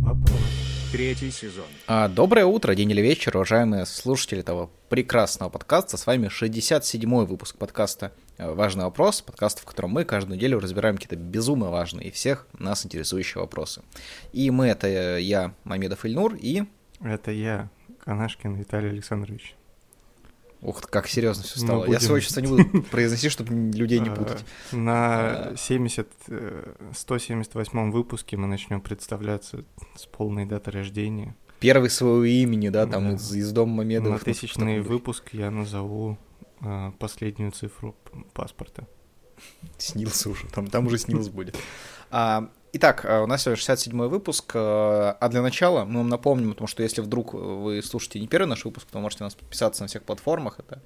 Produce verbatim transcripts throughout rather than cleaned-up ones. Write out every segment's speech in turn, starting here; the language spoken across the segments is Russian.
Вопрос. Третий сезон. А, доброе утро, день или вечер, уважаемые слушатели этого прекрасного подкаста. С вами шестьдесят седьмой выпуск подкаста «Важный вопрос», подкаста, в котором мы каждую неделю разбираем какие-то безумно важные и всех нас интересующие вопросы. И мы — это я, Мамедов Ильнур, и... Это я, Канашкин Виталий Александрович. Ух ты, как серьезно все стало. будем... Я свое чувство не буду произносить, чтобы людей не путать. На семьдесят, сто семьдесят восьмом выпуске мы начнем представляться с полной датой рождения. Первый своего имени, да, там да. из, из дома Мамедова. На тысячный выпуск я назову а, последнюю цифру паспорта. Снился уже, там, там уже снился будет. А, итак, у нас сегодня шестьдесят седьмой выпуск, а для начала мы вам напомним, потому что если вдруг вы слушаете не первый наш выпуск, то можете нас подписаться на всех платформах, это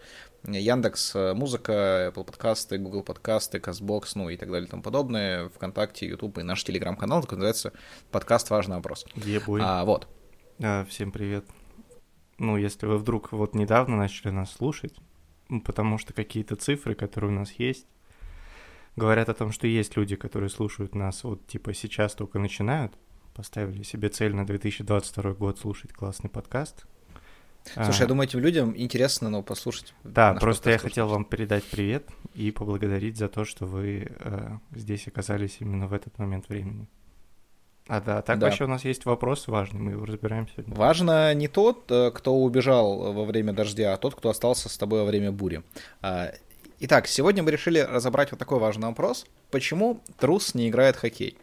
Яндекс.Музыка, Apple подкасты, Google подкасты, Castbox, ну и так далее и тому подобное, ВКонтакте, YouTube и наш телеграм-канал, который называется «Подкаст Важный вопрос». А, вот. А, всем привет. Ну, если вы вдруг вот недавно начали нас слушать, потому что какие-то цифры, которые у нас есть, говорят о том, что есть люди, которые слушают нас вот типа сейчас только начинают, поставили себе цель на две тысячи двадцать второй год слушать классный подкаст. Слушай, а, я думаю, этим людям интересно, ну, послушать. Да, просто я хотел вам передать привет и поблагодарить за то, что вы э, здесь оказались именно в этот момент времени. А да, так да. вообще у нас есть вопрос важный, мы его разбираем сегодня. Важно не тот, кто убежал во время дождя, а тот, кто остался с тобой во время бури. Итак, сегодня мы решили разобрать вот такой важный вопрос. Почему трус не играет в хоккей?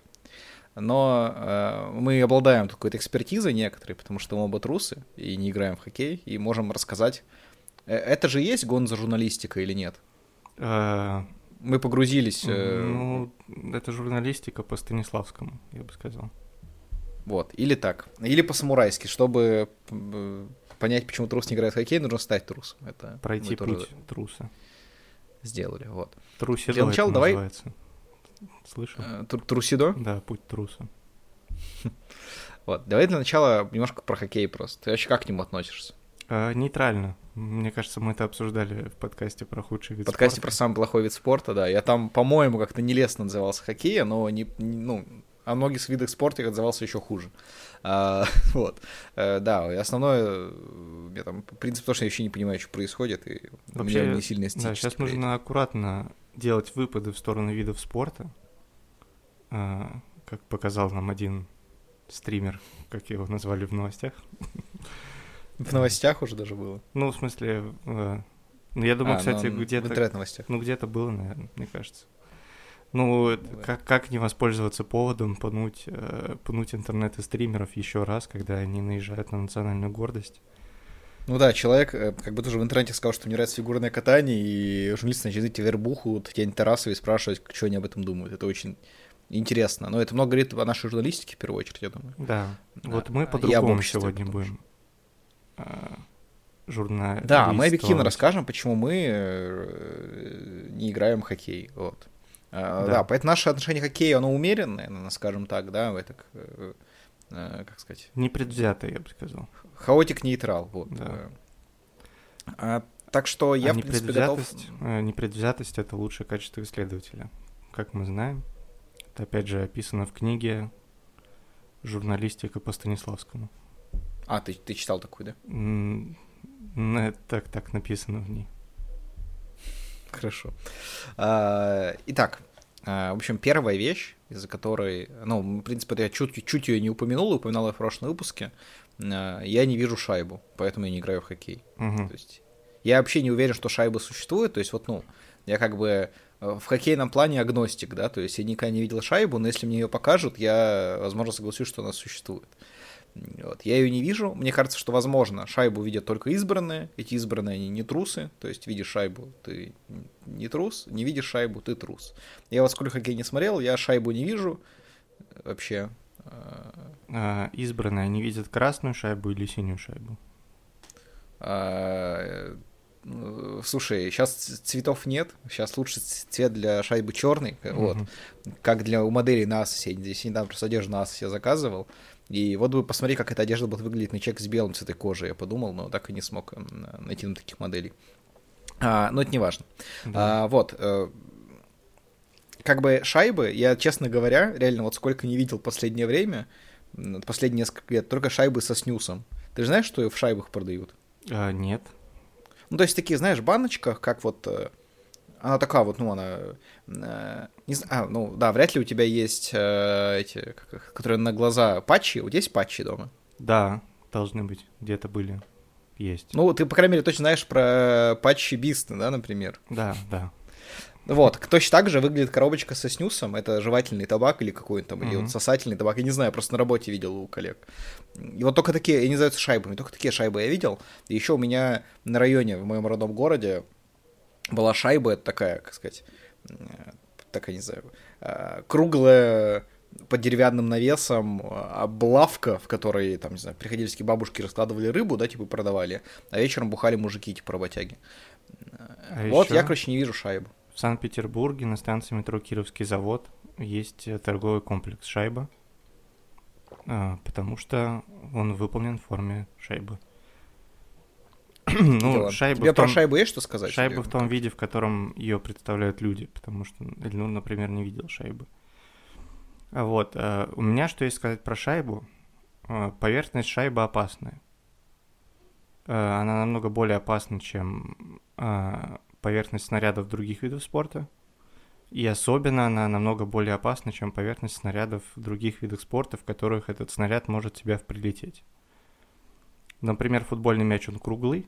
Но э, мы обладаем какой-то экспертизой некоторой, потому что мы оба трусы и не играем в хоккей, и можем рассказать, это же есть гонза журналистика или нет? А... Мы погрузились... Э... Ну, это журналистика по Станиславскому, я бы сказал. Вот, или так. Или по-самурайски, чтобы понять, почему трус не играет в хоккей, нужно стать трусом. Это пройти путь тоже... труса. Сделали, вот. Трусидо Для начала это давай... называется. Слышал? Трусидо? Да, путь труса. Вот, давай для начала немножко про хоккей просто. Ты вообще как к нему относишься? А, нейтрально. Мне кажется, мы это обсуждали в подкасте про худший вид спорта. В подкасте спорта. про самый плохой вид спорта, да. Я там, по-моему, как-то нелестно назывался хоккея, но не, не, ну, о многих видах спорта я отзывался еще хуже. А, вот. А, да, и основное, я там, принцип того, что я вообще не понимаю, что происходит, и вообще, меня не сильно эстетически. Да, сейчас влияет. Нужно аккуратно делать выпады в сторону видов спорта, а, как показал нам один стример, как его назвали в новостях. В новостях уже даже было? Ну, в смысле, э, ну, я думаю, а, кстати, ну, где-то... В интернет-новостях. Ну, где-то было, наверное, мне кажется. Ну, да. как, как не воспользоваться поводом пнуть, э, пнуть интернет и стримеров еще раз, когда они наезжают на национальную гордость? Ну да, человек как бы тоже в интернете сказал, что мне нравится фигурное катание, и журналисты начали идти вербуху, Татьяне Тарасовой, спрашивать, что они об этом думают. Это очень интересно. Но это много говорит о нашей журналистике, в первую очередь, я думаю. Да, да. Вот мы по-другому сегодня будем а, журналистовать. Да, мы объективно расскажем, почему мы не играем в хоккей. Вот. Да. да, поэтому наше отношение к хоккею, оно умеренное, скажем так, да, это, как сказать... Непредвзятое, я бы сказал. Хаотик-нейтрал, вот. Да. А, так что я, а в принципе, готов... Непредвзятость — это лучшее качество исследователя, как мы знаем. Это, опять же, описано в книге «Журналистика по Станиславскому». А, ты, ты читал такую, да? Mm, так, так написано в ней. Хорошо. А, итак, а, в общем, первая вещь, из-за которой, ну, в принципе, я чуть, чуть ее не упомянул, упоминал ее в прошлом выпуске, а, я не вижу шайбу, поэтому я не играю в хоккей. Uh-huh. То есть я вообще не уверен, что шайба существует, то есть вот, ну, я как бы в хоккейном плане агностик, да, то есть я никогда не видел шайбу, но если мне ее покажут, я, возможно, соглашусь, что она существует. Вот. Я ее не вижу. Мне кажется, что, возможно, шайбу видят только избранные. Эти избранные, они не трусы. То есть, видишь шайбу, ты не трус. Не видишь шайбу, ты трус. Я вот сколько хоккей не смотрел, я шайбу не вижу. Вообще. А, избранные, они видят красную шайбу или синюю шайбу? А, слушай, сейчас цветов нет. Сейчас лучший цвет для шайбы черный. Uh-huh. Вот. Как для у моделей на Asos. Здесь недавно просто одежду на Asos я заказывал. И вот бы посмотри, как эта одежда будет выглядеть на человеке с белым цветом кожи, я подумал, но так и не смог найти на таких моделей. А, но это не важно. Да. А, вот. Э, как бы шайбы, я, честно говоря, реально вот сколько не видел в последнее время, последние несколько лет, только шайбы со снюсом. Ты же знаешь, что их в шайбах продают? А, нет. Ну, то есть такие, знаешь, баночках, как вот... Она такая вот, ну, она... Не знаю, а, ну, да, вряд ли у тебя есть э, эти, как их, которые на глаза патчи. У тебя есть патчи дома? Да, должны быть. Где-то были. Есть. Ну, ты, по крайней мере, точно знаешь про патчи Бисты, да, например? Да, да. Вот, точно так же выглядит коробочка со снюсом. Это жевательный табак или какой-то там, mm-hmm. или вот сосательный табак. Я не знаю, просто на работе видел у коллег. И вот только такие, они называются шайбами, только такие шайбы я видел. И еще у меня на районе, в моем родном городе, была шайба, это такая, как сказать, такая, не знаю, круглая, под деревянным навесом облавка, в которой, там, не знаю, приходили такие бабушки, раскладывали рыбу, да, типа продавали, а вечером бухали мужики, типа работяги. А вот еще... я, короче, не вижу шайбу. В Санкт-Петербурге на станции метро Кировский завод есть торговый комплекс «Шайба», потому что он выполнен в форме шайбы. Ну, шайба Тебе том... про шайбу есть что сказать? Шайба или? В том виде, в котором ее представляют люди, потому что, ну, например, не видел шайбы. Вот, у меня что есть сказать про шайбу? Поверхность шайбы опасная. Она намного более опасна, чем поверхность снарядов других видов спорта. И особенно она намного более опасна, чем поверхность снарядов других видов спорта, в которых этот снаряд может в тебя прилететь. Например, футбольный мяч, он круглый.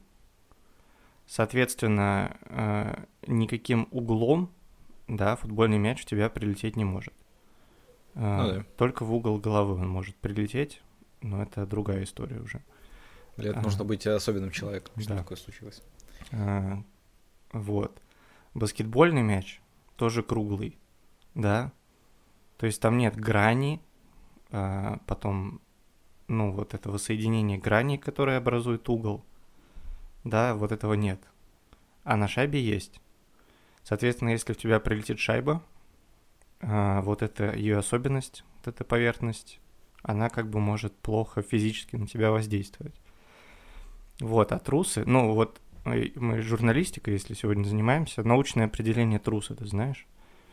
Соответственно, никаким углом, да, футбольный мяч в тебя прилететь не может. Ну, да. Только в угол головы он может прилететь, но это другая история уже. Для этого а, нужно быть особенным человеком, чтобы да. такое случилось. А, вот. Баскетбольный мяч тоже круглый, да. То есть там нет грани, а потом, ну, вот этого соединения граней, которое образует угол, да, вот этого нет. А на шайбе есть. Соответственно, если в тебя прилетит шайба, а, вот это ее особенность, вот эта поверхность, она как бы может плохо физически на тебя воздействовать. Вот, а трусы, ну вот мы журналистикой, если сегодня занимаемся, научное определение труса, ты знаешь?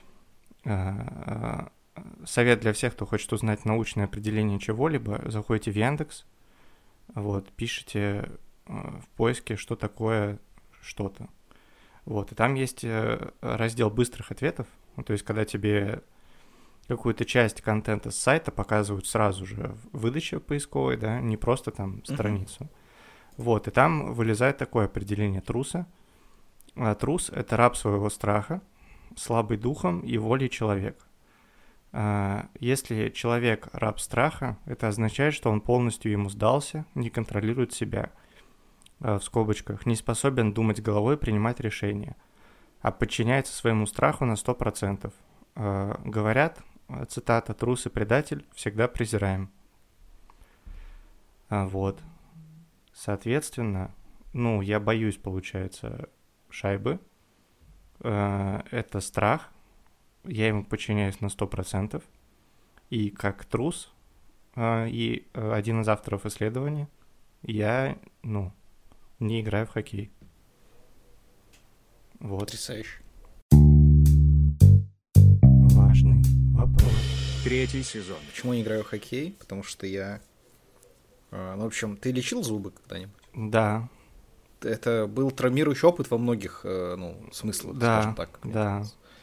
Совет для всех, кто хочет узнать научное определение чего-либо, заходите в Яндекс, вот, пишите в поиске, что такое что-то. Вот, и там есть раздел быстрых ответов, ну, то есть когда тебе какую-то часть контента с сайта показывают сразу же в выдаче поисковой, да, не просто там страницу. Mm-hmm. Вот, и там вылезает такое определение труса. А трус — это раб своего страха, слабый духом и волей человек. А если человек раб страха, это означает, что он полностью ему сдался, не контролирует себя, а, в скобочках, не способен думать головой, принимать решения, а подчиняется своему страху на сто процентов. А, говорят, цитата, «Трус и предатель всегда презираем». А, вот. Соответственно, ну, я боюсь, получается, шайбы. Это страх. Я ему подчиняюсь на сто процентов. И как трус, и один из авторов исследования, я, ну, не играю в хоккей. Вот. Потрясающе. Важный вопрос. Третий сезон. Почему я не играю в хоккей? Потому что я... Ну, в общем, ты лечил зубы когда-нибудь? Да. Это был травмирующий опыт во многих, ну, смыслах, да, скажем так. Да,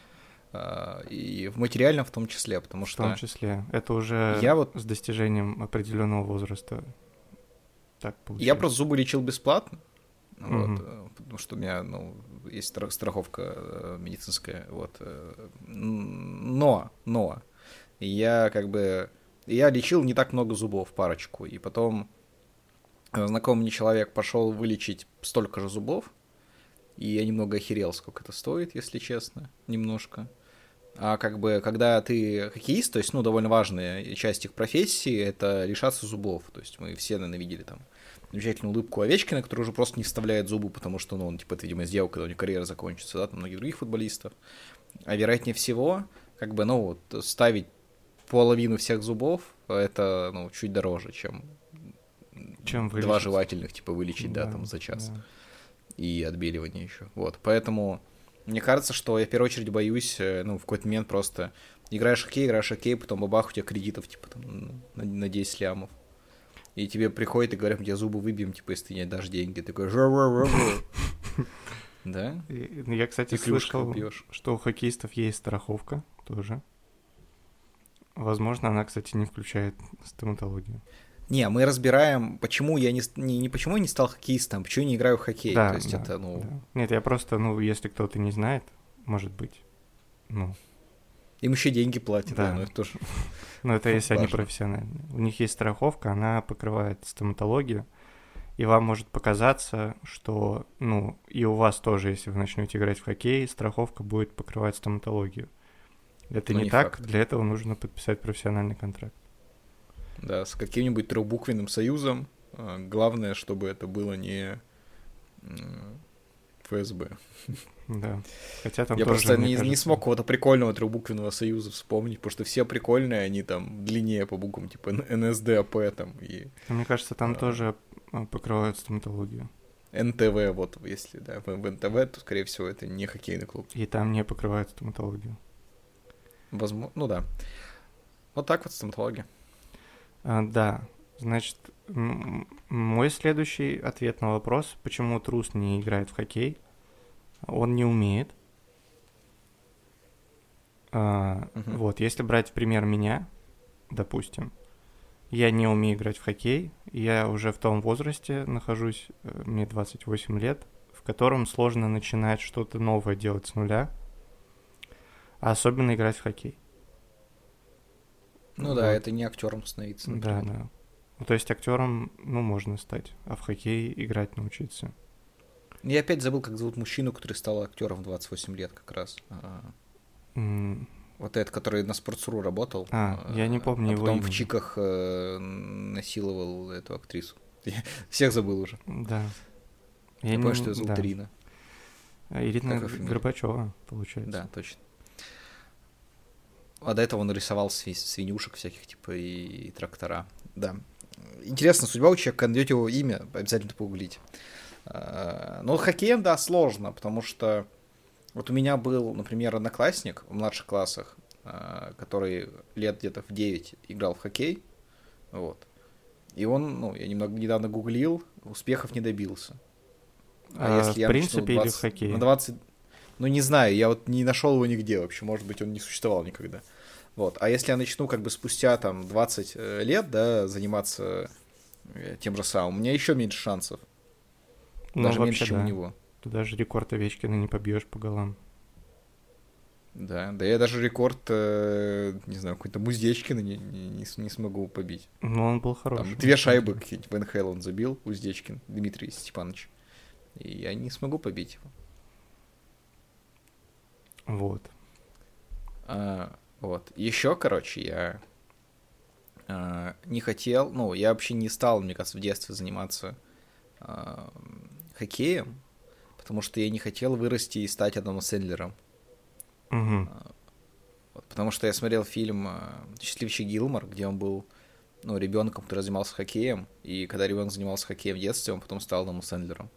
и в материальном в том числе, потому что... В том числе. Это уже я вот... с достижением определенного возраста так получилось. Я просто зубы лечил бесплатно, mm-hmm. вот, потому что у меня, ну, есть страховка медицинская, вот. Но, но, я как бы... Я лечил не так много зубов, парочку, и потом знакомый мне человек пошел вылечить столько же зубов, и я немного охерел, сколько это стоит, если честно, немножко. А как бы, когда ты хоккеист, то есть, ну, довольно важная часть их профессии — это лишаться зубов. То есть мы все, наверное, видели там замечательную улыбку Овечкина, который уже просто не вставляет зубы, потому что, ну, он, типа, это, видимо, сделал, когда у него карьера закончится, да, там многих других футболистов. А вероятнее всего, как бы, ну, вот, ставить половину всех зубов — это, ну, чуть дороже, чем, чем два жевательных, типа, вылечить, да, да там, за час. Да. И отбеливание еще. Вот, поэтому... Мне кажется, что я в первую очередь боюсь, ну, в какой-то момент просто Играешь в хоккей, играешь в хоккей, потом бабах, у тебя кредитов, типа, там, на, на десять лямов. И тебе приходят и говорят, мы тебе зубы выбьем, типа, если ты не отдашь деньги. Ты такой... Да? Я, кстати, слышал, что у хоккеистов есть страховка тоже. Возможно, она, кстати, не включает стоматологию. Не, мы разбираем, почему я не, не, не почему я не стал хоккеистом, почему я не играю в хоккей. Да, То есть да, это, ну... да. Нет, я просто, ну, если кто-то не знает, может быть, ну... Им еще деньги платят, да, да, но это тоже... Ну, это если они профессиональные. У них есть страховка, она покрывает стоматологию, и вам может показаться, что, ну, и у вас тоже, если вы начнете играть в хоккей, страховка будет покрывать стоматологию. Это не, не так, факт. Для этого нужно подписать профессиональный контракт. Да, с каким-нибудь трехбуквенным союзом. Главное, чтобы это было не эф эс бэ. Да. Хотя там Я тоже, просто не, кажется... не смог какого-то прикольного трехбуквенного союза вспомнить, потому что все прикольные, они там длиннее по буквам, типа эн эс дэ а пэ там. И, мне кажется, там а... тоже покрывают стоматологию. эн тэ вэ, вот, если, да, в эн тэ вэ, то, скорее всего, это не хоккейный клуб. И там не покрывают стоматологию. Возможно, ну да. Вот так вот стоматология. А, да, значит, м- мой следующий ответ на вопрос, почему трус не играет в хоккей, он не умеет. А, uh-huh. Вот, если брать в пример меня, допустим, я не умею играть в хоккей, я уже в том возрасте нахожусь, мне двадцать восемь лет, в котором сложно начинать что-то новое делать с нуля, а особенно играть в хоккей. Ну вот. Да, это не актером становиться. Например. Да, да. Ну, то есть актером, ну, можно стать, а в хоккей играть научиться. Я опять забыл, как зовут мужчину, который стал актером в двадцать восемь лет как раз. Mm. Вот этот, который на Sports.ru работал. А, я не помню а его потом имя. в Чиках э, насиловал эту актрису. Всех забыл уже. Да. Я, я не помню, что ее зовут да. Ирина. Ирина Горбачева, получается. Да, точно. А до этого он рисовал свинюшек всяких, типа, и, и трактора. Да. Интересно, судьба у человека, найдете его имя, обязательно погуглите. Но хоккеем, да, сложно, потому что вот у меня был, например, одноклассник в младших классах, который лет где-то в девять играл в хоккей, вот. И он, ну, я немного недавно гуглил, успехов не добился. А, а если в я принципе двадцать, или в хоккее? На двадцать, ну, не знаю, я вот не нашел его нигде вообще, может быть, он не существовал никогда. Вот. А если я начну как бы спустя там двадцать лет, да, заниматься тем же самым, у меня еще меньше шансов. Ну, даже вообще, меньше, чем да. у него. Ты даже рекорд Овечкина не побьешь по голам. Да, да я даже рекорд, э, не знаю, какой-то Уздечкина не, не, не смогу побить. Ну, он был хороший. Там две шайбы какие-нибудь в эн ха эл он забил, Уздечкин, Дмитрий Степанович. И я не смогу побить его. Вот. А, вот. Еще, короче, я а, не хотел, ну, я вообще не стал, мне кажется, в детстве заниматься а, хоккеем, потому что я не хотел вырасти и стать Адамом Сэндлером. Угу. А, вот, потому что я смотрел фильм «Счастливчик Гилмор», где он был, ну, ребенком, который занимался хоккеем, и когда ребенок занимался хоккеем в детстве, он потом стал Адамом Сэндлером.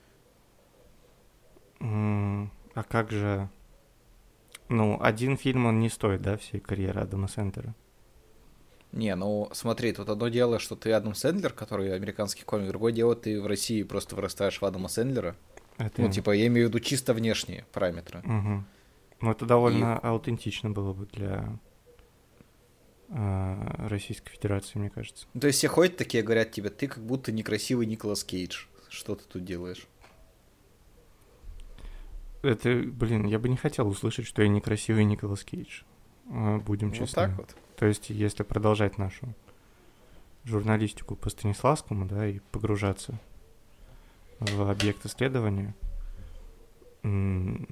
Mm, а как же... Ну, один фильм, он не стоит, да, всей карьеры Адама Сэндлера? Не, ну, смотри, тут одно дело, что ты Адам Сэндлер, который американский комик, другое дело, ты в России просто вырастаешь в Адама Сэндлера. Это... Ну, типа, я имею в виду чисто внешние параметры. Угу. Ну, это довольно И... аутентично было бы для э, Российской Федерации, мне кажется. Ну, то есть все ходят такие, говорят тебе, ты как будто некрасивый Николас Кейдж. Что ты тут делаешь? Это, блин, я бы не хотел услышать, что я некрасивый Николас Кейдж. Будем ну, честны. так вот. То есть, если продолжать нашу журналистику по Станиславскому, да, и погружаться в объект исследования, м-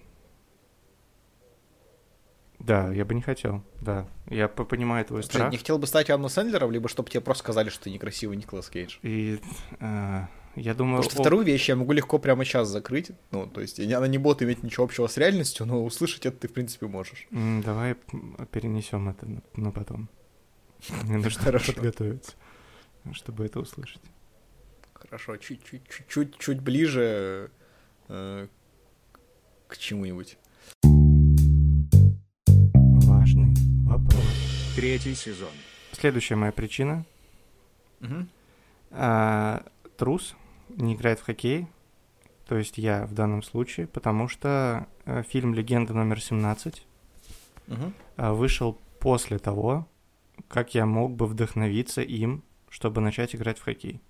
да, я бы не хотел, да. Я понимаю твой страх. Ты не хотел бы стать Адамом Сэндлером, либо чтобы тебе просто сказали, что ты некрасивый Николас Кейдж? И... Э- Я думаю, Потому что о... вторую вещь я могу легко прямо сейчас закрыть. Ну, то есть она не будет иметь ничего общего с реальностью, но услышать это ты, в принципе, можешь. Mm, давай перенесем это на, на потом. Мне нужно подготовиться, чтобы это услышать. Хорошо, чуть-чуть чуть ближе э, к чему-нибудь. Важный вопрос. Третий сезон. Следующая моя причина. Угу. А, трус не играет в хоккей, то есть я в данном случае, потому что а, фильм «Легенда номер семнадцать» Угу. а, вышел после того, как я мог бы вдохновиться им, чтобы начать играть в хоккей.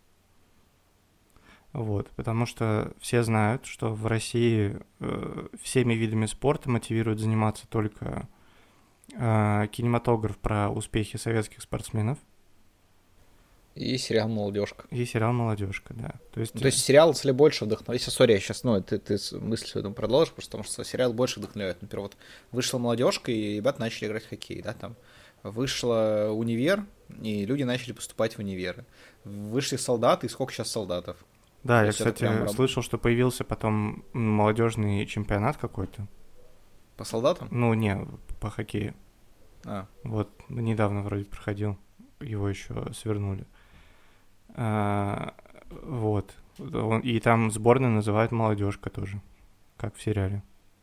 Вот, потому что все знают, что в России э, всеми видами спорта мотивируют заниматься только э, кинематограф про успехи советских спортсменов. И сериал «Молодежка». И сериал «Молодежка», да. То есть, Ну, то есть сериал, если больше вдохновляет... Сори, я сейчас, ну, ты, ты мысль свою продолжишь, просто потому что сериал больше вдохновляет. Например, вот вышла «Молодежка», и ребята начали играть в хоккей, да, там. Вышла «Универ», и люди начали поступать в универы. Вышли «Солдаты», и сколько сейчас солдатов? Да, То я, есть это кстати, прям раб- слышал, что появился потом молодежный чемпионат какой-то. По солдатам? Ну, не, по хоккею. А, Вот, недавно вроде проходил, его еще свернули. А, вот. Он- И там сборную называют «Молодежка» тоже, как в сериале.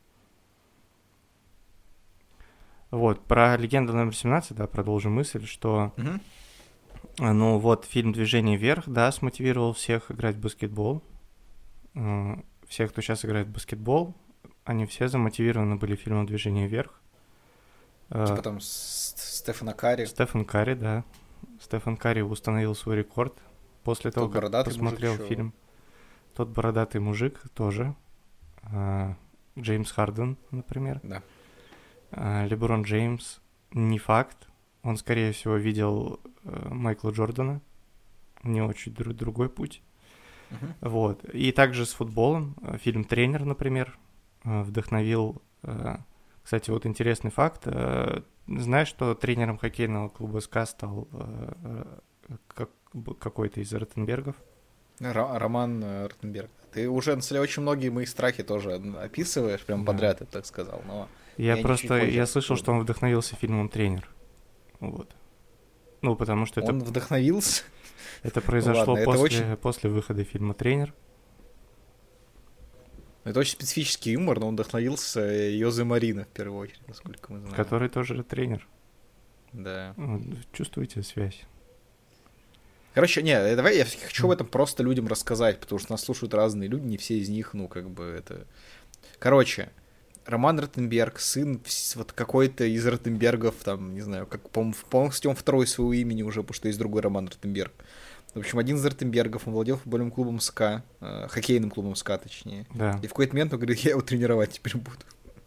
Вот, про «Легенду номер семнадцать», да, продолжим мысль, что, угу. а, ну, вот фильм «Движение вверх», да, смотивировал всех играть в баскетбол. А, Все, кто сейчас играет в баскетбол, они все замотивированы были фильмом «Движение вверх». А, Типа там С- Стефана Карри, Стефан Карри, да. Стефан Карри установил свой рекорд после того, Тот как бородатый посмотрел мужик, чё? фильм. Тот бородатый мужик тоже. А, Джеймс Харден, например. да. А, Леброн Джеймс. Не факт. Он, скорее всего, видел э, Майкла Джордана. У него чуть дру- другой путь. Угу. Вот. И также с футболом. Э, Фильм «Тренер», например, э, вдохновил... э, Кстати, вот интересный факт. э, Знаешь, что тренером хоккейного клуба СКА стал э, э, как- б- какой-то из Ротенбергов? Ро- Роман э, Ротенберг. Ты уже, на самом деле, очень многие мои страхи тоже описываешь, прям Да. подряд, я бы так сказал. Но Я, Я просто, чуть позже я слышал, открою. что он вдохновился фильмом «Тренер». Вот. Ну, потому что это, он вдохновился. это произошло ладно, это после, очень- после выхода фильма «Тренер». Это очень специфический юмор, но он вдохновился Йозе Марино, в первую очередь, насколько мы знаем. Который тоже тренер. Да. Вот, чувствуете связь? Короче, не, давай я хочу об этом просто людям рассказать, потому что нас слушают разные люди, не все из них, ну, как бы это... Короче, Роман Ротенберг, сын вс- вот какой-то из Ротенбергов, там, не знаю, как, по-моему, в- по-моему, кстати, он второй своего имени уже, потому что есть другой Роман Ротенберг. В общем, один из Ротенбергов, он владел футбольным клубом СКА, э, хоккейным клубом СКА, точнее. Да. И в какой-то момент он говорит, я его тренировать теперь буду.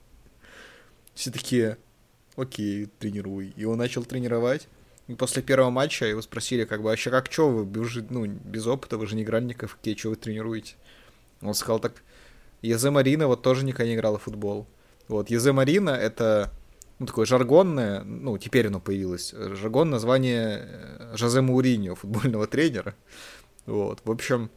Все такие, окей, тренируй. И он начал тренировать. И после первого матча его спросили, как бы, вообще, как, что вы, вы же, ну, без опыта, вы же не играли никак в хоккей, что вы тренируете? Он сказал так, Йозе Марино вот тоже никогда не играл в футбол. Вот, Йозе Марино — это, ну, такое жаргонное, ну, теперь оно появилось, жаргон название э, Жозе Мауриньо, футбольного тренера. Вот, в общем...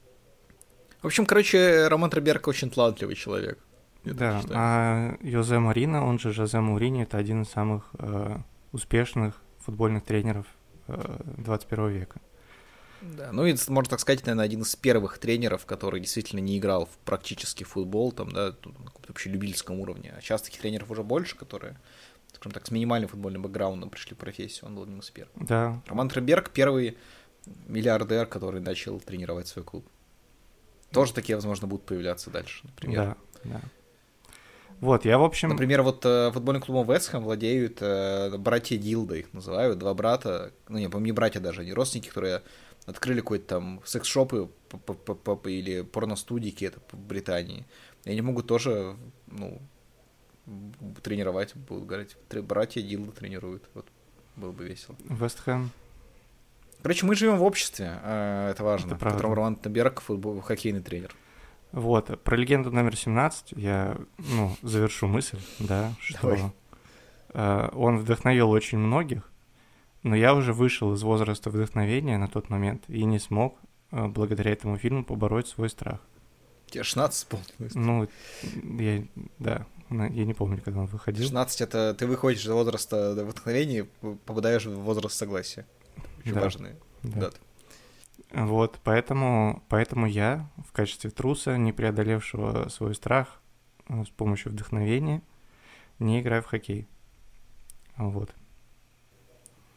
В общем, короче, Роман Ротенберг очень талантливый человек. я так Да, считаю. а Йозе Марино, он же Жозе Мауриньо, это один из самых э, успешных футбольных тренеров э, двадцать первого века. Да, ну и, можно так сказать, наверное, один из первых тренеров, который действительно не играл в практически футбол, там, да, тут на каком-то вообще любительском уровне. А сейчас таких тренеров уже больше, которые, скажем так, с минимальным футбольным бэкграундом пришли в профессию, он был одним из первых. Да, Роман Ротенберг — первый миллиардер, который начал тренировать свой клуб. Тоже такие, возможно, будут появляться дальше, например. да, да. Вот, я, в общем... Например, вот э, футбольным клубом Вест Хэм владеют э, братья Дилда, их называют, два брата, ну, не, по-моему, не братья даже, они родственники, которые открыли какой-то там секс-шопы п- п- п- п- или порностудии какие-то в Британии. И они могут тоже, ну, б- тренировать, будут говорить, «Три братья Дилда тренируют». Вот, было бы весело. Вест Хэм. Короче, мы живем в обществе, э, это важно, Это в правда. котором Роман Ротенберг футбол, хоккейный тренер. Вот, про «Легенду номер семнадцать» я, ну, завершу мысль, да, что Давай. э, он вдохновил очень многих, но я уже вышел из возраста вдохновения на тот момент и не смог э, благодаря этому фильму побороть свой страх. Тебе шестнадцать исполнилось. Ну, я, да, на- я не помню, когда он выходил. шестнадцать — это ты выходишь из возраста вдохновения и попадаешь в возраст согласия. Очень Да, важные да. даты. Вот, поэтому, поэтому я в качестве труса, не преодолевшего свой страх э, с помощью вдохновения, не играю в хоккей. Вот.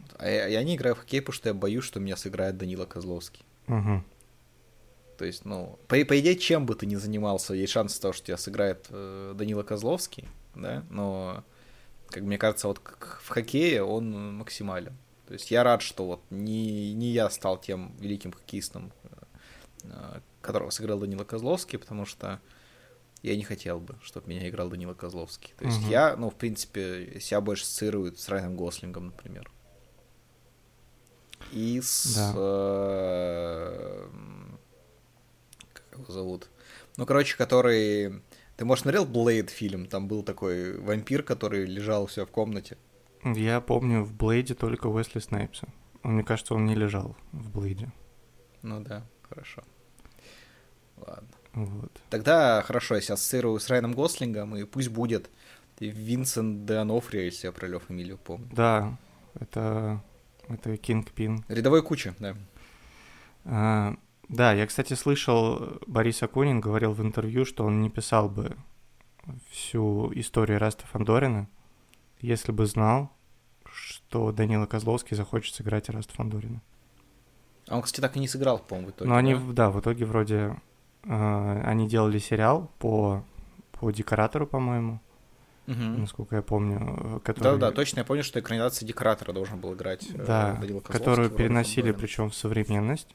А я, я не играю в хоккей, потому что я боюсь, что меня сыграет Данила Козловский. Угу. То есть, ну, по, по идее, чем бы ты ни занимался, есть шанс того, что тебя сыграет э, Данила Козловский, да, но, как мне кажется, вот как в хоккее он максимален. То есть я рад, что вот не, не я стал тем великим хоккеистом, э, которого сыграл Данила Козловский, потому что я не хотел бы, чтобы меня играл Данила Козловский. То есть угу. я, ну, в принципе, себя больше ассоциирую с Райаном Гослингом, например. И с... Да. Э, как его зовут? Ну, короче, который... Ты, может, смотрел Блейд фильм? Там был такой вампир, который лежал у себя в комнате. Я помню в Блейде только Уэсли Снайпса. Мне кажется, он не лежал в Блейде. Ну да, хорошо. Ладно. Вот. Тогда хорошо, я себя ассоциирую с Райаном Гослингом, и пусть будет Винсент де Онофрио, если я правильно фамилию помню. Да, это, это Кингпин. Рядовой куча, да. А, да, я, кстати, слышал, Борис Акунин говорил в интервью, что он не писал бы всю историю Эраста Фандорина, если бы знал, что Данила Козловский захочет сыграть Эраста Фандорина. А он, кстати, так и не сыграл, по-моему, в итоге. Но они, да, да в итоге вроде... Они делали сериал по, по Декоратору, по-моему, угу. насколько я помню. Который... Да-да, точно, я помню, что экранизация Декоратора должен был играть да, Данила Козловский. Которую переносили, причем в современность.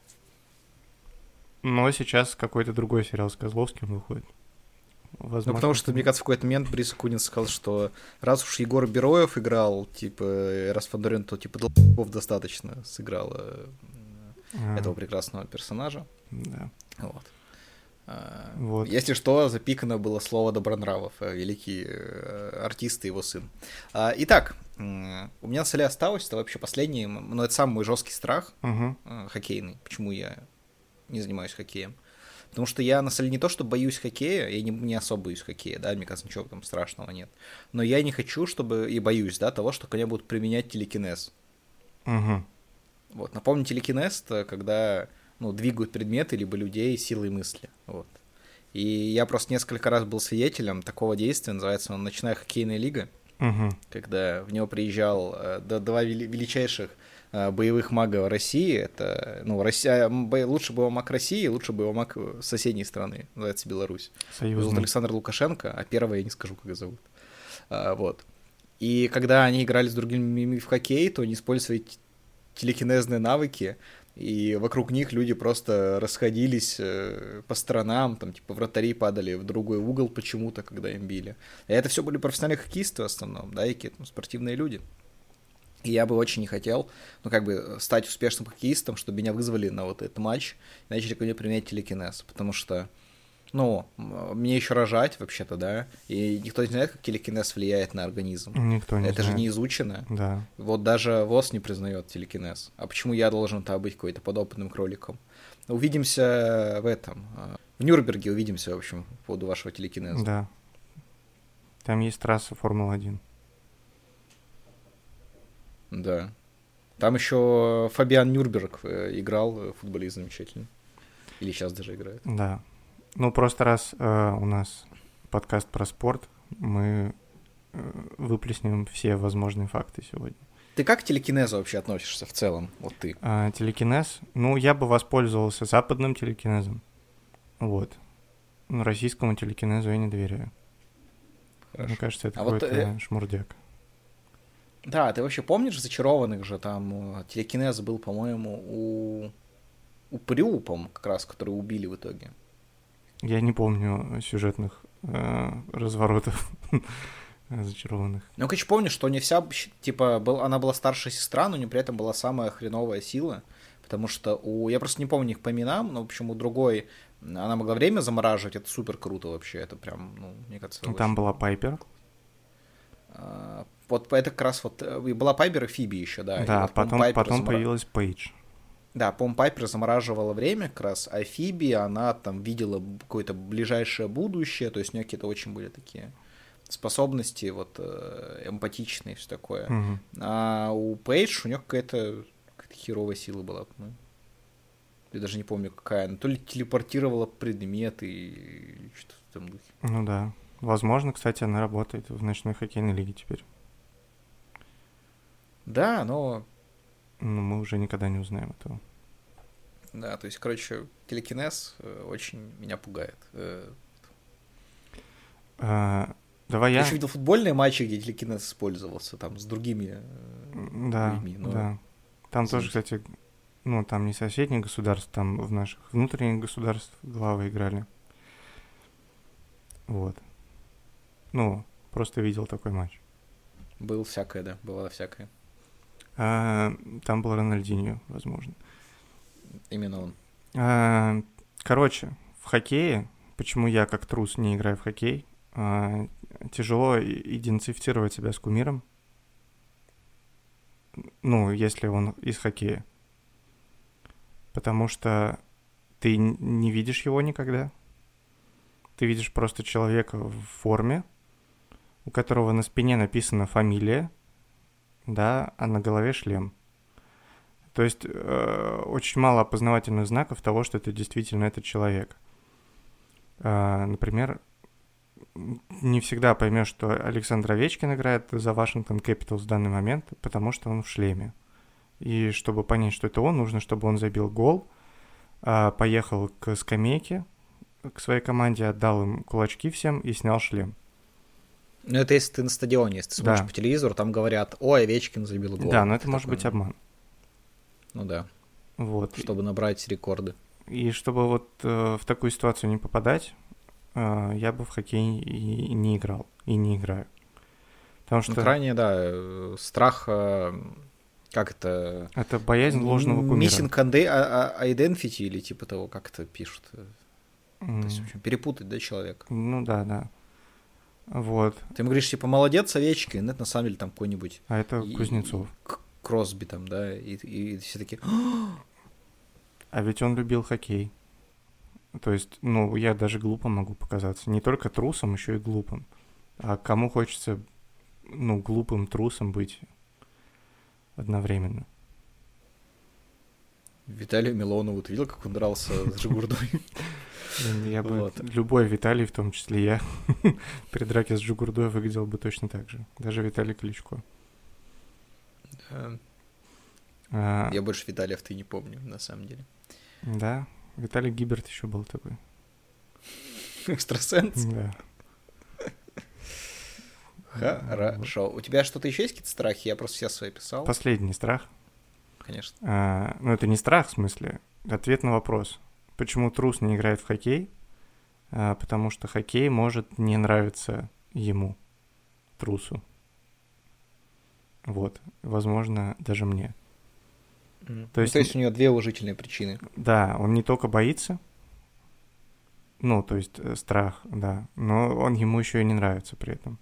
Но сейчас какой-то другой сериал с Козловским выходит. Возможно, ну, потому что, мне кажется, в какой-то момент Борис Акунин сказал, что раз уж Егор Бероев играл, типа, раз Фандорин, то, типа, Долгов достаточно сыграл а. этого прекрасного персонажа. Да. Вот. Вот. Если что, запикано было слово Добронравов, великий артист и его сын. Итак, у меня на столе осталось, это вообще последний, но это самый мой жесткий страх угу. хоккейный. Почему я не занимаюсь хоккеем? Потому что я на столе не то, что боюсь хоккея, я не, не особо боюсь хоккея, да, мне кажется, ничего там страшного нет. Но я не хочу, чтобы, и боюсь, да, того, что ко мне будут применять телекинез. Угу. Вот, напомню, телекинез, когда... ну, двигают предметы либо людей силой мысли, вот. И я просто несколько раз был свидетелем такого действия, называется он «Ночная хоккейная лига», угу. когда в него приезжал э, два величайших э, боевых мага России, это, ну, Россия, лучший боевой маг России, лучший боевой маг соседней страны, называется Беларусь. Союзный. Зовут Александр Лукашенко, а первого я не скажу, как его зовут. А, вот. И когда они играли с другими в хоккей, то они использовали телекинезные навыки, и вокруг них люди просто расходились э, по сторонам, там, типа, вратари падали в другой угол почему-то, когда им били. И это все были профессиональные хоккеисты в основном, да, и какие-то ну, спортивные люди. И я бы очень не хотел, ну, как бы, стать успешным хоккеистом, чтобы меня вызвали на вот этот матч и начали ко мне применять телекинез, потому что, ну, мне еще рожать, вообще-то, да, и никто не знает, как телекинез влияет на организм. Никто не Это знает. же не изучено. Да. Вот даже ВОЗ не признает телекинез. А почему я должен там быть какой-то подопытным кроликом? Увидимся в этом. В Нюрнберге увидимся, в общем, по поводу вашего телекинеза. Да. Там есть трасса Формулы один. Да. Там еще Фабиан Нюрнберг играл, футболист замечательный. Или сейчас даже играет. Да. Ну, просто раз э, у нас подкаст про спорт, мы э, выплеснем все возможные факты сегодня. Ты как к телекинезу вообще относишься в целом? Вот ты. А, телекинез? Ну, я бы воспользовался западным телекинезом. Вот. Но российскому телекинезу я не доверяю. Хорошо. Мне кажется, это а какой-то вот, э... шмурдяк. Да, ты вообще помнишь «Зачарованных» же? Там телекинез был, по-моему, у... у Приупом как раз, который убили в итоге. Я не помню сюжетных э, разворотов «Зачарованных». Ну, короче, помню, что не вся, типа, был, она была старшая сестра, но не при этом была самая хреновая сила, потому что у... Я просто не помню их по именам, но, в общем, у другой она могла время замораживать, это супер круто вообще, это прям, ну, мне кажется... Там очень... была Пайпер. А, вот это как раз вот... И была Пайпер и Фиби еще, да. Да, вот, потом, потом замора... появилась Пейдж. Да, по-моему, Пайпер замораживала время как раз, а Фиби, она там видела какое-то ближайшее будущее, то есть у нее какие-то очень были такие способности, вот, эмпатичные, все такое. Угу. А у Пейдж у нее какая-то, какая-то херовая сила была, по-моему. Я даже не помню, какая. Она то ли телепортировала предметы и что-то в этом духе. Ну да. Возможно, кстати, она работает в ночной хоккейной лиге теперь. Да, но ну, мы уже никогда не узнаем этого. Да, то есть, короче, телекинез э, очень меня пугает. Э, А, давай Я я... еще видел футбольные матчи, где телекинез использовался, там, с другими э, Да, людьми. Но... да. Там тоже, извините. кстати, ну, там не соседних государств, там в наших внутренних государств главы играли. Вот. Ну, просто видел такой матч. Был всякое, да, было всякое. А, там был Рональдиньо, возможно. Именно он. А, короче, в хоккее, почему я как трус не играю в хоккей, а, тяжело и- идентифицировать себя с кумиром. Ну, если он из хоккея. Потому что ты н- не видишь его никогда. Ты видишь просто человека в форме, у которого на спине написана фамилия, да, а на голове шлем. То есть э, очень мало опознавательных знаков того, что это действительно этот человек. Э, например, м, не всегда поймешь, что Александр Овечкин играет за Вашингтон Кэпиталс в данный момент, потому что он в шлеме. И чтобы понять, что это он, нужно, чтобы он забил гол, а, поехал к скамейке, к своей команде, отдал им кулачки всем и снял шлем. Ну, это если ты на стадионе, если ты смотришь Да. по телевизору, там говорят, ой, Овечкин забил гол. Да, но это Ты может такой, быть обман. Ну да, Вот. чтобы набрать рекорды. И чтобы вот э, в такую ситуацию не попадать, э, я бы в хоккей и, и не играл, и не играю. Потому что Ну, крайне, да, э, страх, э, как это... это боязнь ложного кумира. Missing ide- а- а- identity или типа того, как это пишут. э, М, То есть, в общем, перепутать, да, человека. Ну да, да. Вот. Ты ему говоришь, типа, молодец, Овечкин, это на самом деле там какой-нибудь А это и- Кузнецов. К- Кросби там, да, и, и все такие, А ведь он любил хоккей. То есть, ну, я даже глупо могу показаться. Не только трусом, еще и глупым. А кому хочется, ну, глупым трусом быть одновременно? Виталию Милонову, ты видел, как он дрался с Жигурдой? Блин, Я бы, Вот. любой Виталий, в том числе я, при драке с Джигурдой выглядел бы точно так же. Даже Виталий Кличко. Да. А, Я больше Виталиев-то и не помню, на самом деле. Да, Виталий Гиберт еще был такой. Экстрасенс? Да. Хорошо. У тебя что-то еще есть какие-то страхи? Я просто все свои писал. Последний страх. Конечно. А, ну, это не страх, в смысле. Ответ на вопрос. Почему трус не играет в хоккей? А, потому что хоккей может не нравиться ему, трусу. Вот. Возможно, даже мне. Мгм. То Ну, есть- то есть у него две уважительные причины. Да, он не только боится, ну, то есть э, страх, да, но он ему еще и не нравится при этом.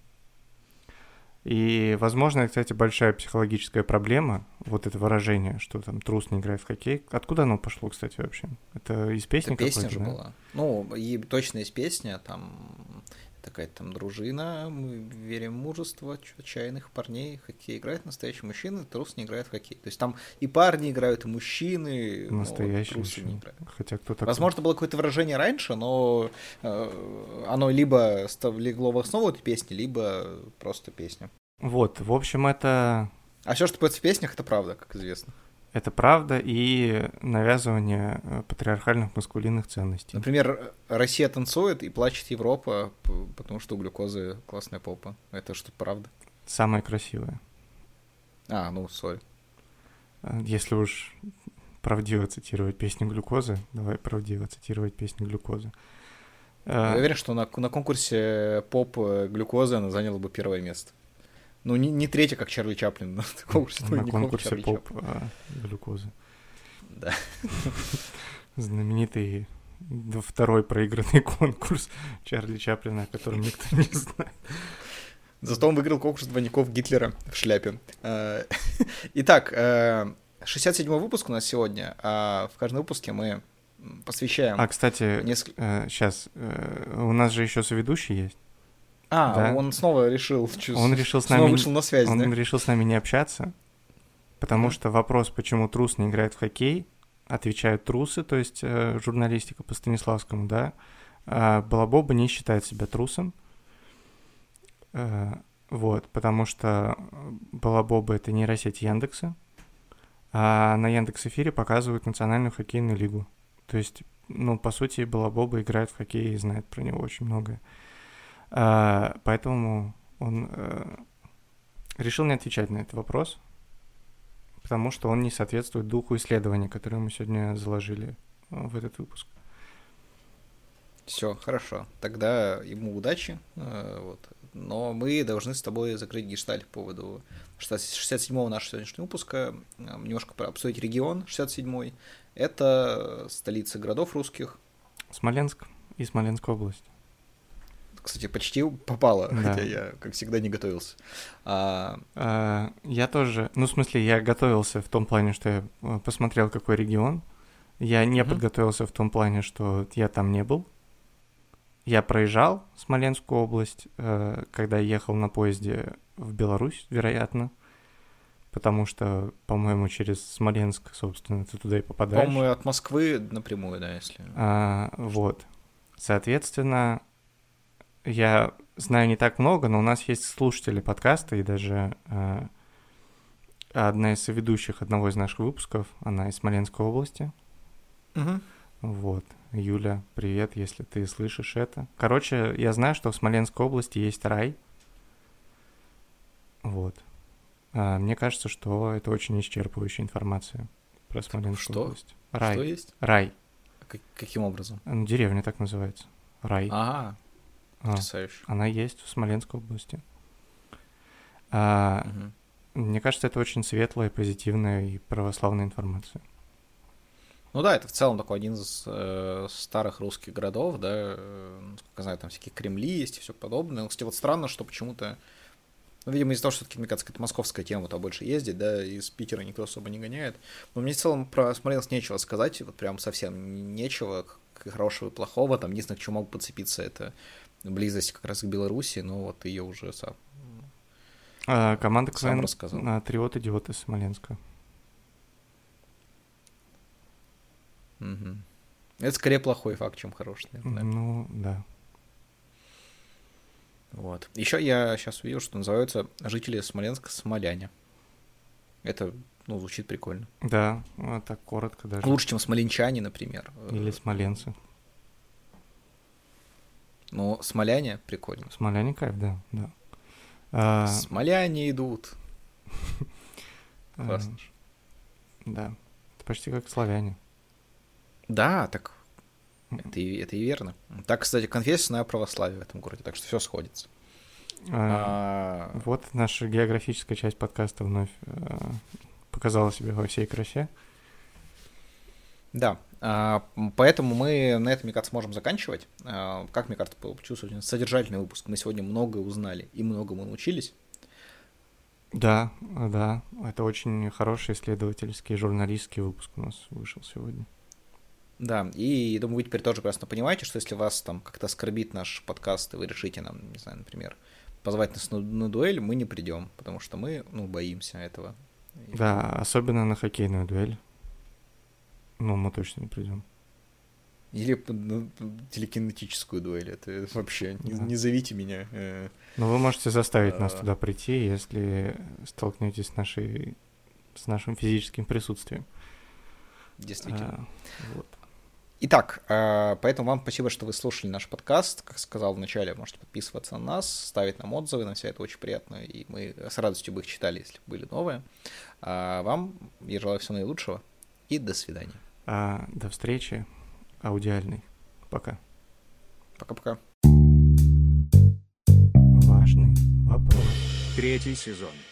И, возможно, кстати, большая психологическая проблема, вот это выражение, что там трус не играет в хоккей. Откуда оно пошло, кстати, вообще? Это из песни Это песня какой-то, же да? была. Ну, и точно есть песня, там такая там дружина, мы верим в мужество отчаянных парней, хоккей играет настоящий мужчина, трус не играет в хоккей. То есть там и парни играют, и мужчины, но вот Настоящий трусы не еще. играют. Хотя кто такой? Возможно, было какое-то выражение раньше, но э, оно либо ста- легло в основу этой песни, либо просто песня. Вот, в общем, это, А все, что поется в песнях, это правда, как известно. это правда и навязывание э, патриархальных маскулинных ценностей. Например, Россия танцует и плачет Европа, п- потому что у глюкозы классная попа. Это что, правда? Самое красивое. А, ну, сори. Э, Если уж правдиво цитировать песню глюкозы, давай правдиво цитировать песню глюкозы. Я Э, уверен, что на, на конкурсе поп э, глюкозы она заняла бы первое место. Ну, не, не третье, как Чарли Чаплин на конкурсе, ну, На не как конкурсе Чарли поп Чаплин. э, глюкозы. Да. Знаменитый д- второй проигранный конкурс Чарли Чаплина, о котором никто не знает. Зато он выиграл конкурс двойников Гитлера в шляпе. Э, Итак, э, шестьдесят седьмой выпуск у нас сегодня, а в каждом выпуске мы посвящаем А, кстати, несколько... сейчас, у нас же еще соведущий есть. А, да. он снова решил... чё- Он решил с снова нами, вышел на связь, он да? решил с нами не общаться, потому Мгм. что вопрос, почему трус не играет в хоккей, отвечают трусы, то есть э, журналистика по Станиславскому, да. А Балабоба не считает себя трусом. Э, вот, потому что Балабоба — это нейросеть Яндекса, А на Яндекс.Эфире показывают Национальную хоккейную лигу. То есть, ну, по сути, Балабоба играет в хоккей и знает про него очень многое. А, поэтому он а, решил не отвечать на этот вопрос, потому что он не соответствует духу исследования, которое мы сегодня заложили в этот выпуск. Все, хорошо. Тогда ему удачи. Вот. Но мы должны с тобой закрыть гештальт по поводу шестьдесят седьмого нашего сегодняшнего выпуска. Немножко обсудить регион шестьдесят седьмой. Это столица городов русских. Смоленск и Смоленская область. Кстати, почти попало, да. Хотя я, как всегда, не готовился. А... А, я тоже, ну, в смысле, я готовился в том плане, что я посмотрел, какой регион. Я не mm-hmm. подготовился в том плане, что я там не был. Я проезжал Смоленскую область, э, когда ехал на поезде в Беларусь, вероятно, потому что, по-моему, через Смоленск, собственно, ты туда и попадаешь. По-моему, от Москвы напрямую, да, если... А, вот. Соответственно, я знаю не так много, но у нас есть слушатели подкаста, и даже э, одна из соведущих одного из наших выпусков, она из Смоленской области. Угу. Вот. Юля, привет, если ты слышишь это. Короче, я знаю, что в Смоленской области есть рай. Вот. А, мне кажется, что это очень исчерпывающая информация про Смоленскую что? область. Рай. Что есть? Рай. Как, каким образом? Ну, деревня так называется. Рай. Ага, а, потрясающе. Она есть в Смоленской области. А, угу. Мне кажется, это очень светлая, позитивная и православная информация. Ну да, это в целом такой один из э, старых русских городов, да, э, насколько я знаю, там всякие Кремли есть и все подобное. Но, кстати, вот странно, что почему-то, ну, видимо, из-за того, что, мне кажется, какая-то московская тема там больше ездит, да, из Питера никто особо не гоняет. Но мне в целом про Смоленск нечего сказать, вот прям совсем нечего, хорошего и плохого. Там единственное, к чему могу подцепиться, это близость как раз к Беларуси, но вот ее уже сам, а, команда сам КВН рассказал. Триот Идиот из Смоленска. Угу. Это скорее плохой факт, чем хороший. Наверное. Ну, да. Вот. Еще я сейчас увидел, что называются жители Смоленска смоляне. Это, ну, звучит прикольно. Да, вот так коротко даже. Лучше, чем смоленчане, например. Или смоленцы. Ну, смоляне прикольно. Смоляне кайф, да, да. А... Смоляне идут. Классно. Да, это почти как славяне. Да, так это и, это и верно. Так, кстати, конфессионное православие в этом городе, так что все сходится. А, а... Вот наша географическая часть подкаста вновь а, показала себя во всей красе. Да, а, поэтому мы на этом, мне кажется, можем заканчивать. А, как мне кажется, получился очень содержательный выпуск. Мы сегодня многое узнали и многому научились. Да, да, это очень хороший исследовательский, журналистский выпуск у нас вышел сегодня. Да, и думаю, вы теперь тоже прекрасно понимаете, что если вас там как-то оскорбит наш подкаст, и вы решите нам, не знаю, например, позвать нас на, на дуэль, мы не придем, потому что мы, ну, боимся этого. Да, особенно на хоккейную дуэль. Ну, мы точно не придем. Или ну, телекинетическую дуэль, это вообще, не, да. не зовите меня. Ну, вы можете заставить нас туда прийти, если столкнетесь с нашей, с нашим физическим присутствием. Действительно. А, вот. Итак, поэтому вам спасибо, что вы слушали наш подкаст. Как сказал вначале, можете подписываться на нас, ставить нам отзывы, нам все это очень приятно, и мы с радостью бы их читали, если бы были новые. А вам я желаю всего наилучшего, и до свидания. А, до встречи аудиальной. Пока. Пока-пока. Важный вопрос. Третий сезон.